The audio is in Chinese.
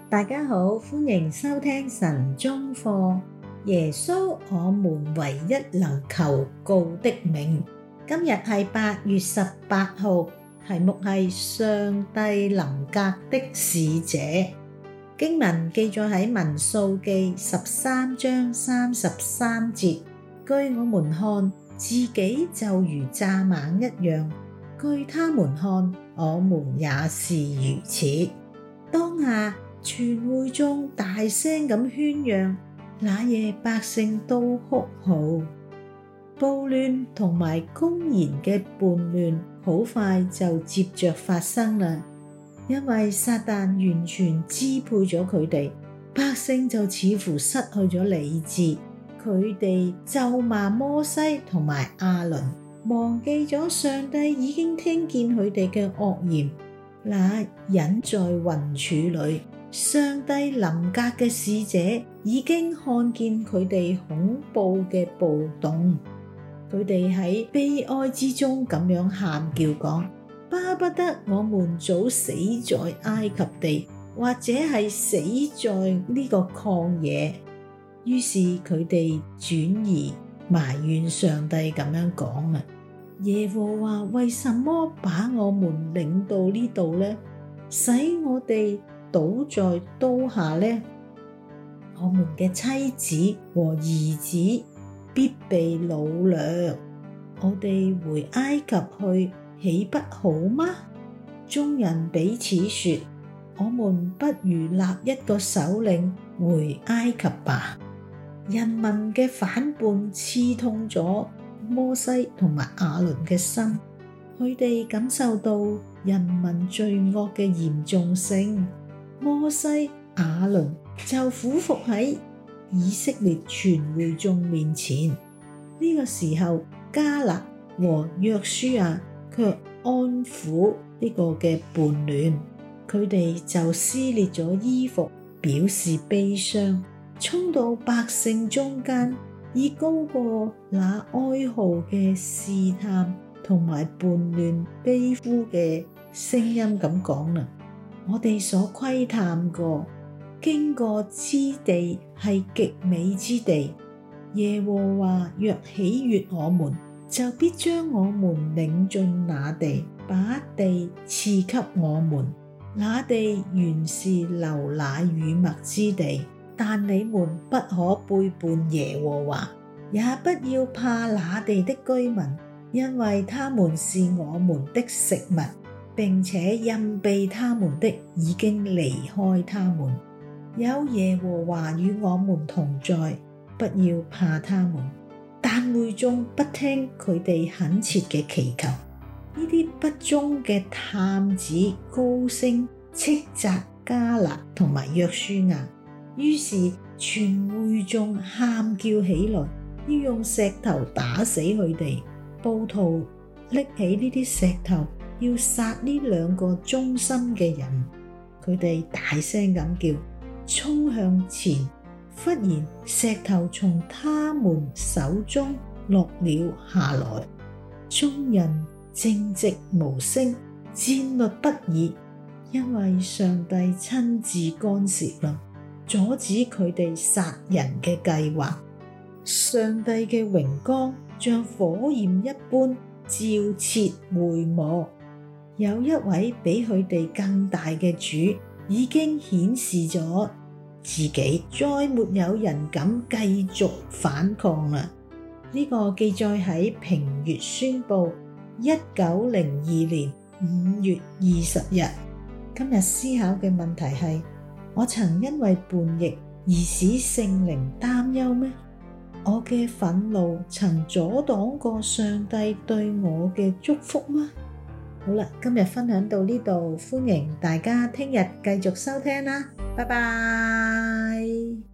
大家好，歡迎收聽晨鐘課。耶穌，我們唯一能求告的名。今日係8月18號，題目係上帝臨格的使者。經文記載喺民數記13章33節。據我們看，自己就如蚱蜢一樣；據他們看，我們也是如此。當下全會眾大聲咁喧嚷，那夜百姓都哭號。暴亂同埋公然嘅叛亂好快就接着發生啦，因為撒旦完全支配咗佢哋，百姓就似乎失去咗理智。佢哋咒罵摩西同埋亞倫，忘記咗上帝已經聽見佢哋嘅惡言。那隱在雲柱裏，上帝臨格嘅使者已經看見佢哋恐怖嘅暴動，佢哋喺悲哀之中咁樣喊叫講：巴不得我們早死在埃及地，或者係死在呢個曠野。於是佢哋轉移埋怨上帝咁樣講啊，耶和華為什麼把我們領到呢度呢？使我哋倒在刀下呢？我們嘅妻子和兒子必被擄掠，我哋回埃及去豈不好嗎？眾人彼此說：我們不如立一個首領回埃及吧。人民嘅反叛刺痛咗摩西同埋亞倫嘅心，佢哋感受到人民罪惡嘅嚴重性。摩西、亞倫就俯伏喺以色列全會眾面前。呢個時候，迦勒和約書亞卻安撫呢個嘅叛亂，佢哋就撕裂咗衣服，表示悲傷。衝到百姓中間，以高過那哀號嘅試探同埋叛亂悲呼嘅聲音咁講啦：我哋所窺探過、經過之地係極美之地。耶和華若喜悅我們，就必將我們領進那地，把地賜給我們。那地原是流奶與蜜之地。但你們不可背叛耶和華，也不要怕那地的居民，因為他們是我們的食物，並且蔭庇他們的已經離開他們。有耶和華與我們同在，不要怕他們。但會眾不聽佢哋懇切嘅祈求，呢啲不忠嘅探子高聲斥責迦勒同埋約書亞。於是全會眾喊叫起來，要用石頭打死佢哋。暴徒拎起呢啲石頭，要殺呢兩個忠心嘅人。佢哋大聲咁叫，衝向前。忽然石頭從他們手中落了下來，眾人靜寂無聲，戰慄不已，因為上帝親自干涉啦，阻止佢哋殺人嘅計劃。上帝嘅榮光像火焰一般照徹會幕。有一位比佢哋更大嘅主已經顯示咗自己，再沒有人敢繼續反抗啦。呢個記載喺評閱宣報1902年5月20日。今日思考嘅問題係：我曾因為叛逆而使聖靈擔憂咩？我嘅憤怒曾阻擋過上帝對我嘅祝福嗎？好啦，今日分享到呢度，歡迎大家聽日繼續收聽啦，拜拜。